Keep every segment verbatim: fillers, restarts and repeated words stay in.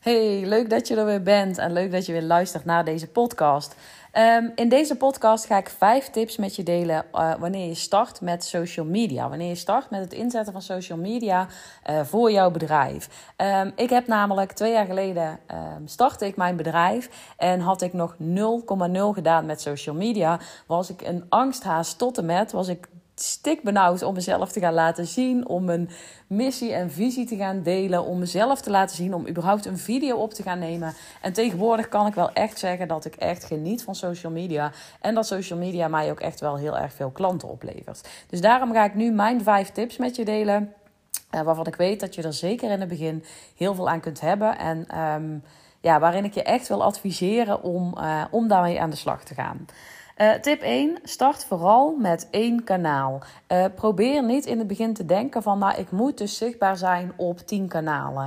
Hey, leuk dat je er weer bent en leuk dat je weer luistert naar deze podcast. Um, in deze podcast ga ik vijf tips met je delen uh, wanneer je start met social media. Wanneer je start met het inzetten van social media uh, voor jouw bedrijf. Um, ik heb namelijk twee jaar geleden um, startte ik mijn bedrijf en had ik nog nul komma nul gedaan met social media. Was ik een angsthaas tot en met, was ik stikbenauwd om mezelf te gaan laten zien, om mijn missie en visie te gaan delen, om mezelf te laten zien, om überhaupt een video op te gaan nemen. En tegenwoordig kan ik wel echt zeggen dat ik echt geniet van social media en dat social media mij ook echt wel heel erg veel klanten oplevert. Dus daarom ga ik nu mijn vijf tips met je delen, uh, waarvan ik weet dat je er zeker in het begin heel veel aan kunt hebben en um, ja, waarin ik je echt wil adviseren om, uh, om daarmee aan de slag te gaan. Uh, tip één, start vooral met één kanaal. Uh, probeer niet in het begin te denken van, nou, ik moet dus zichtbaar zijn op tien kanalen.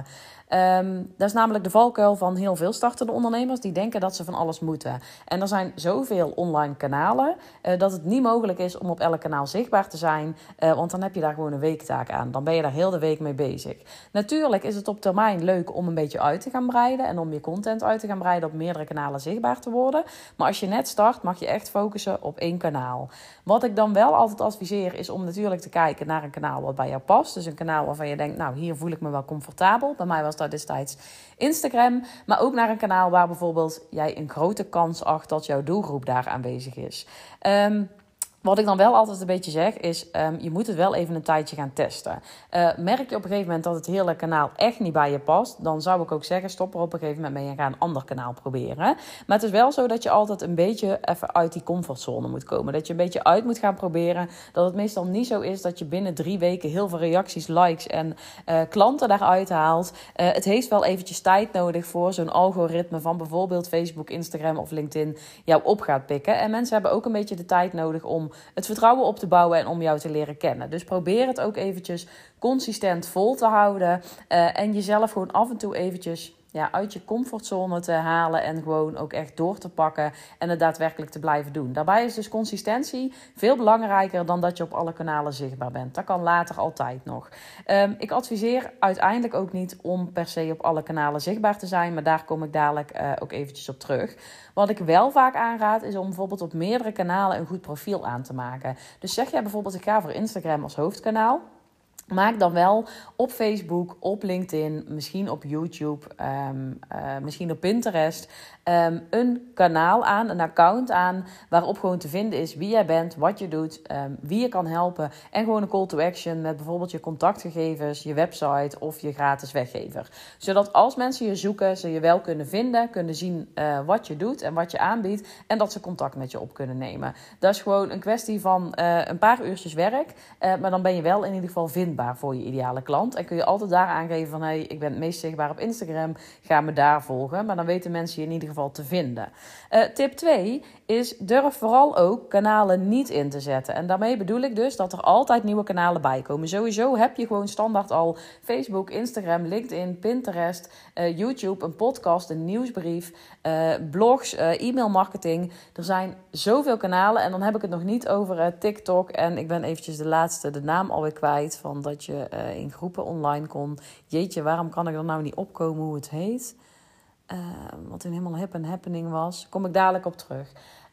Um, dat is namelijk de valkuil van heel veel startende ondernemers. Die denken dat ze van alles moeten. En er zijn zoveel online kanalen uh, dat het niet mogelijk is om op elk kanaal zichtbaar te zijn. Uh, want dan heb je daar gewoon een weektaak aan. Dan ben je daar heel de week mee bezig. Natuurlijk is het op termijn leuk om een beetje uit te gaan breiden. En om je content uit te gaan breiden op meerdere kanalen zichtbaar te worden. Maar als je net start mag je echt focussen op één kanaal. Wat ik dan wel altijd adviseer is om natuurlijk te kijken naar een kanaal wat bij jou past. Dus een kanaal waarvan je denkt, nou, hier voel ik me wel comfortabel. Bij mij was dat destijds Instagram. Maar ook naar een kanaal waar bijvoorbeeld jij een grote kans acht dat jouw doelgroep daar aanwezig is. Um, Wat ik dan wel altijd een beetje zeg is, um, je moet het wel even een tijdje gaan testen. Uh, merk je op een gegeven moment dat het hele kanaal echt niet bij je past, dan zou ik ook zeggen, stop er op een gegeven moment mee en ga een ander kanaal proberen. Maar het is wel zo dat je altijd een beetje even uit die comfortzone moet komen. Dat je een beetje uit moet gaan proberen. Dat het meestal niet zo is dat je binnen drie weken heel veel reacties, likes en uh, klanten daaruit haalt. Uh, het heeft wel eventjes tijd nodig voor zo'n algoritme van bijvoorbeeld Facebook, Instagram of LinkedIn jou op gaat pikken. En mensen hebben ook een beetje de tijd nodig om het vertrouwen op te bouwen en om jou te leren kennen. Dus probeer het ook eventjes consistent vol te houden. Uh, en jezelf gewoon af en toe eventjes ja, uit je comfortzone te halen. En gewoon ook echt door te pakken. En het daadwerkelijk te blijven doen. Daarbij is dus consistentie veel belangrijker dan dat je op alle kanalen zichtbaar bent. Dat kan later altijd nog. Um, ik adviseer uiteindelijk ook niet om per se op alle kanalen zichtbaar te zijn. Maar daar kom ik dadelijk uh, ook eventjes op terug. Wat ik wel vaak aanraad is om bijvoorbeeld op meerdere kanalen een goed profiel aan te maken. Dus zeg jij bijvoorbeeld, ik ga voor Instagram als hoofdkanaal. Maak dan wel op Facebook, op LinkedIn, misschien op YouTube, um, uh, misschien op Pinterest um, een kanaal aan, een account aan, waarop gewoon te vinden is wie jij bent, wat je doet, um, wie je kan helpen. En gewoon een call to action met bijvoorbeeld je contactgegevens, je website of je gratis weggever. Zodat als mensen je zoeken, ze je wel kunnen vinden, kunnen zien uh, wat je doet en wat je aanbiedt. En dat ze contact met je op kunnen nemen. Dat is gewoon een kwestie van uh, een paar uurtjes werk, uh, maar dan ben je wel in ieder geval vindbaar voor je ideale klant. En kun je altijd daar aangeven van, hey, ik ben het meest zichtbaar op Instagram, ga me daar volgen. Maar dan weten mensen je in ieder geval te vinden. Uh, tip twee is, durf vooral ook kanalen niet in te zetten. En daarmee bedoel ik dus dat er altijd nieuwe kanalen bij komen. Sowieso heb je gewoon standaard al Facebook, Instagram, LinkedIn, Pinterest, uh, YouTube, een podcast, een nieuwsbrief, uh, blogs, uh, e-mailmarketing. Er zijn zoveel kanalen en dan heb ik het nog niet over uh, TikTok. En ik ben eventjes de laatste, de naam alweer kwijt van dat je uh, in groepen online kon. Jeetje, waarom kan ik er nou niet opkomen hoe het heet? Uh, wat een helemaal hip en happening was. Kom ik dadelijk op terug.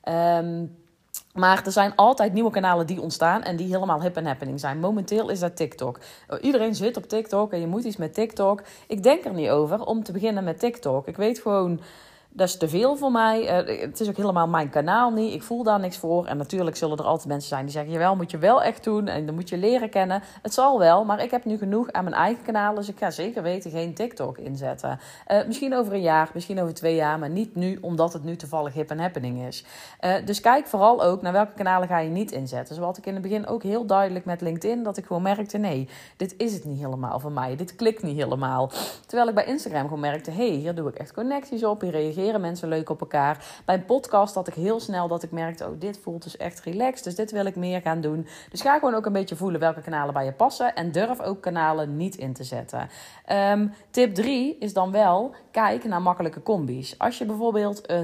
Um, Maar er zijn altijd nieuwe kanalen die ontstaan en die helemaal hip en happening zijn. Momenteel is dat TikTok. Iedereen zit op TikTok en je moet iets met TikTok. Ik denk er niet over om te beginnen met TikTok. Ik weet gewoon, dat is te veel voor mij. Uh, het is ook helemaal mijn kanaal niet. Ik voel daar niks voor. En natuurlijk zullen er altijd mensen zijn die zeggen, jawel, moet je wel echt doen. En dan moet je leren kennen. Het zal wel, maar ik heb nu genoeg aan mijn eigen kanaal. Dus ik ga zeker weten geen TikTok inzetten. Uh, misschien over een jaar, misschien over twee jaar. Maar niet nu, omdat het nu toevallig hip en happening is. Uh, dus kijk vooral ook naar welke kanalen ga je niet inzetten. Zoals ik in het begin ook heel duidelijk met LinkedIn. Dat ik gewoon merkte, nee, dit is het niet helemaal voor mij. Dit klikt niet helemaal. Terwijl ik bij Instagram gewoon merkte, hé, hey, hier doe ik echt connecties op. Hier reageer mensen leuk op elkaar. Bij een podcast had ik heel snel dat ik merkte, oh, dit voelt dus echt relaxed, dus dit wil ik meer gaan doen. Dus ga gewoon ook een beetje voelen welke kanalen bij je passen en durf ook kanalen niet in te zetten. Um, tip drie is dan wel, kijk naar makkelijke combi's. Als je bijvoorbeeld een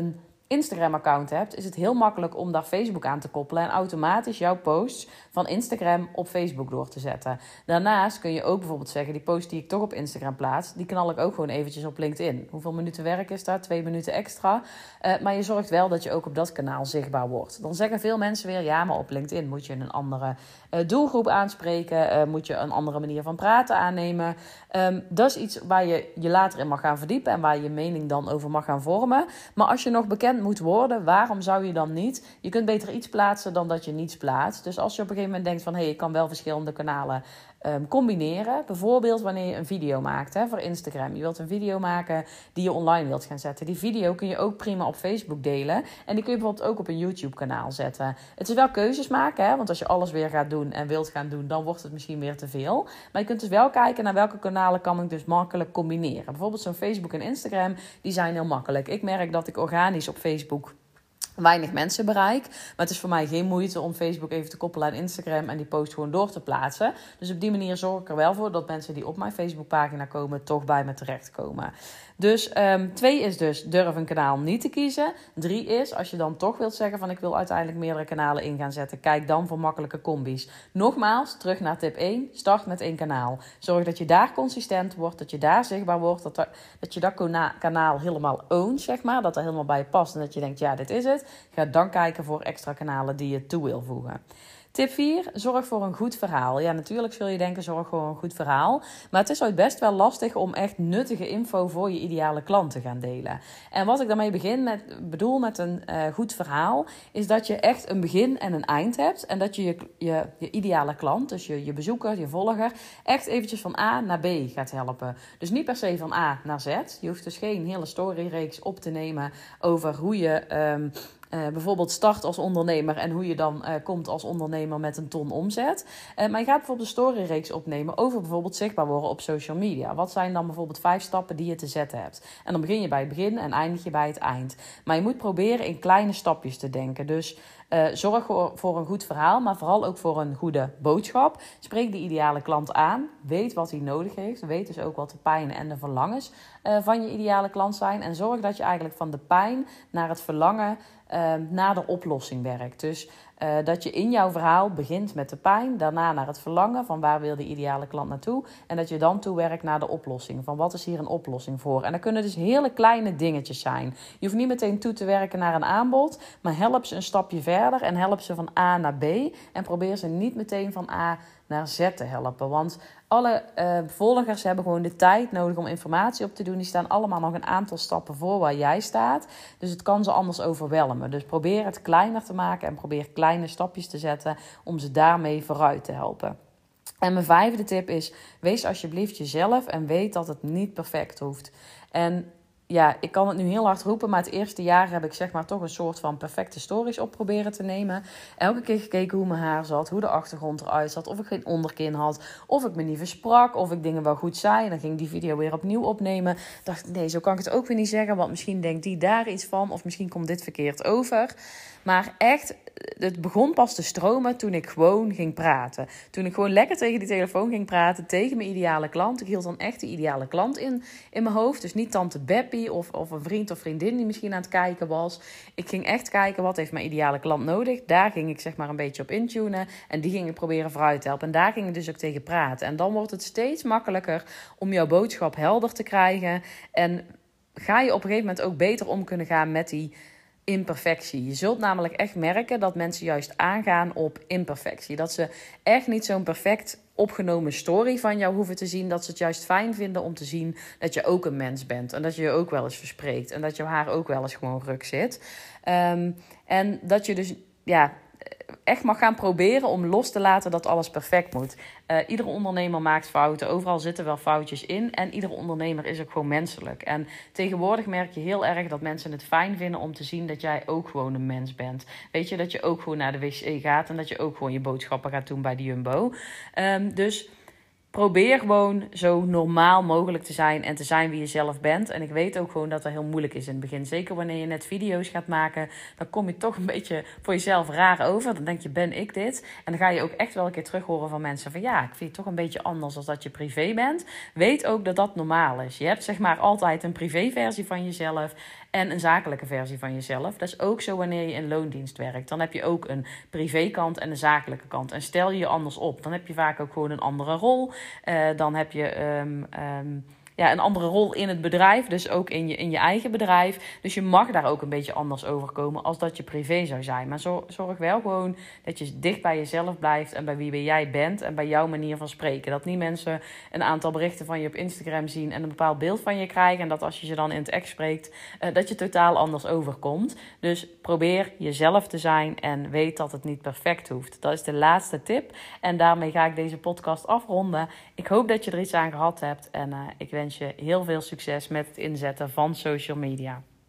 Instagram-account hebt, is het heel makkelijk om daar Facebook aan te koppelen en automatisch jouw posts van Instagram op Facebook door te zetten. Daarnaast kun je ook bijvoorbeeld zeggen, die post die ik toch op Instagram plaats, die knal ik ook gewoon eventjes op LinkedIn. Hoeveel minuten werk is daar? Twee minuten extra. Uh, maar je zorgt wel dat je ook op dat kanaal zichtbaar wordt. Dan zeggen veel mensen weer, ja, maar op LinkedIn moet je een andere uh, doelgroep aanspreken, uh, moet je een andere manier van praten aannemen. Um, dat is iets waar je je later in mag gaan verdiepen en waar je je mening dan over mag gaan vormen. Maar als je nog bekend moet worden, waarom zou je dan niet? Je kunt beter iets plaatsen dan dat je niets plaatst. Dus als je op een gegeven moment denkt van, hé, hey, ik kan wel verschillende kanalen um, combineren. Bijvoorbeeld wanneer je een video maakt, hè, voor Instagram. Je wilt een video maken die je online wilt gaan zetten. Die video kun je ook prima op Facebook delen. En die kun je bijvoorbeeld ook op een YouTube-kanaal zetten. Het is wel keuzes maken, hè, want als je alles weer gaat doen en wilt gaan doen, dan wordt het misschien weer te veel. Maar je kunt dus wel kijken naar welke kanalen kan ik dus makkelijk combineren. Bijvoorbeeld zo'n Facebook en Instagram, die zijn heel makkelijk. Ik merk dat ik organisch op Facebook weinig mensen bereik. Maar het is voor mij geen moeite om Facebook even te koppelen aan Instagram en die post gewoon door te plaatsen. Dus op die manier zorg ik er wel voor dat mensen die op mijn Facebookpagina komen toch bij me terechtkomen. Dus um, twee is dus durf een kanaal niet te kiezen. Drie is, als je dan toch wilt zeggen van ik wil uiteindelijk meerdere kanalen in gaan zetten, kijk dan voor makkelijke combis. Nogmaals, terug naar tip één, start met één kanaal. Zorg dat je daar consistent wordt, dat je daar zichtbaar wordt, dat, er, dat je dat kona- kanaal helemaal ownt, zeg maar. Dat er helemaal bij je past en dat je denkt, ja, dit is het. Ga dan kijken voor extra kanalen die je toe wil voegen. Tip vier, zorg voor een goed verhaal. Ja, natuurlijk zul je denken, zorg voor een goed verhaal. Maar het is ooit best wel lastig om echt nuttige info voor je ideale klant te gaan delen. En wat ik daarmee begin met, bedoel met een uh, goed verhaal, is dat je echt een begin en een eind hebt. En dat je je, je, je ideale klant, dus je, je bezoeker, je volger, echt eventjes van A naar B gaat helpen. Dus niet per se van A naar Z. Je hoeft dus geen hele storyreeks op te nemen over hoe je Um, Uh, bijvoorbeeld start als ondernemer en hoe je dan uh, komt als ondernemer met een ton omzet. Uh, maar je gaat bijvoorbeeld een storyreeks opnemen over bijvoorbeeld zichtbaar worden op social media. Wat zijn dan bijvoorbeeld vijf stappen die je te zetten hebt? En dan begin je bij het begin en eindig je bij het eind. Maar je moet proberen in kleine stapjes te denken. Dus Uh, zorg voor, voor een goed verhaal, maar vooral ook voor een goede boodschap. Spreek de ideale klant aan. Weet wat hij nodig heeft. Weet dus ook wat de pijn en de verlangens uh, van je ideale klant zijn. En zorg dat je eigenlijk van de pijn naar het verlangen, uh, naar de oplossing werkt. Dus uh, dat je in jouw verhaal begint met de pijn, daarna naar het verlangen van waar wil de ideale klant naartoe. En dat je dan toewerkt naar de oplossing. Van wat is hier een oplossing voor? En dat kunnen dus hele kleine dingetjes zijn. Je hoeft niet meteen toe te werken naar een aanbod, maar help ze een stapje verder. En help ze van A naar B. En probeer ze niet meteen van A naar Z te helpen. Want alle uh, volgers hebben gewoon de tijd nodig om informatie op te doen. Die staan allemaal nog een aantal stappen voor waar jij staat. Dus het kan ze anders overwelmen. Dus probeer het kleiner te maken en probeer kleine stapjes te zetten om ze daarmee vooruit te helpen. En mijn vijfde tip is, wees alsjeblieft jezelf en weet dat het niet perfect hoeft. En ja, ik kan het nu heel hard roepen, maar het eerste jaar heb ik zeg maar toch een soort van perfecte stories op proberen te nemen. Elke keer gekeken hoe mijn haar zat, hoe de achtergrond eruit zat, of ik geen onderkin had, of ik me niet versprak, of ik dingen wel goed zei. En dan ging ik die video weer opnieuw opnemen. Dacht ik, nee, zo kan ik het ook weer niet zeggen, want misschien denkt die daar iets van, of misschien komt dit verkeerd over. Maar echt, het begon pas te stromen toen ik gewoon ging praten. Toen ik gewoon lekker tegen die telefoon ging praten, tegen mijn ideale klant. Ik hield dan echt de ideale klant in, in mijn hoofd. Dus niet tante Beppie of, of een vriend of vriendin die misschien aan het kijken was. Ik ging echt kijken, wat heeft mijn ideale klant nodig? Daar ging ik zeg maar een beetje op intunen. En die ging ik proberen vooruit te helpen. En daar ging ik dus ook tegen praten. En dan wordt het steeds makkelijker om jouw boodschap helder te krijgen. En ga je op een gegeven moment ook beter om kunnen gaan met die imperfectie. Je zult namelijk echt merken dat mensen juist aangaan op imperfectie. Dat ze echt niet zo'n perfect opgenomen story van jou hoeven te zien. Dat ze het juist fijn vinden om te zien dat je ook een mens bent. En dat je je ook wel eens verspreekt. En dat jouw haar ook wel eens gewoon ruk zit. Um, en dat je dus ja echt mag gaan proberen om los te laten dat alles perfect moet. Uh, iedere ondernemer maakt fouten. Overal zitten wel foutjes in. En iedere ondernemer is ook gewoon menselijk. En tegenwoordig merk je heel erg dat mensen het fijn vinden om te zien dat jij ook gewoon een mens bent. Weet je, dat je ook gewoon naar de wc gaat en dat je ook gewoon je boodschappen gaat doen bij de Jumbo. Um, dus probeer gewoon zo normaal mogelijk te zijn en te zijn wie je zelf bent. En ik weet ook gewoon dat dat heel moeilijk is in het begin. Zeker wanneer je net video's gaat maken, dan kom je toch een beetje voor jezelf raar over. Dan denk je, ben ik dit? En dan ga je ook echt wel een keer terug horen van mensen van ja, ik vind je toch een beetje anders dan dat je privé bent. Weet ook dat dat normaal is. Je hebt zeg maar altijd een privéversie van jezelf en een zakelijke versie van jezelf. Dat is ook zo wanneer je in loondienst werkt. Dan heb je ook een privékant en een zakelijke kant. En stel je je anders op, dan heb je vaak ook gewoon een andere rol. Uh, dan heb je... Um, um, Ja, een andere rol in het bedrijf, dus ook in je, in je eigen bedrijf. Dus je mag daar ook een beetje anders overkomen als dat je privé zou zijn. Maar zorg wel gewoon dat je dicht bij jezelf blijft en bij wie jij bent en bij jouw manier van spreken. Dat niet mensen een aantal berichten van je op Instagram zien en een bepaald beeld van je krijgen. En dat als je ze dan in het echt spreekt, uh, dat je totaal anders overkomt. Dus probeer jezelf te zijn en weet dat het niet perfect hoeft. Dat is de laatste tip. En daarmee ga ik deze podcast afronden. Ik hoop dat je er iets aan gehad hebt en uh, ik wens je heel veel succes met het inzetten van social media.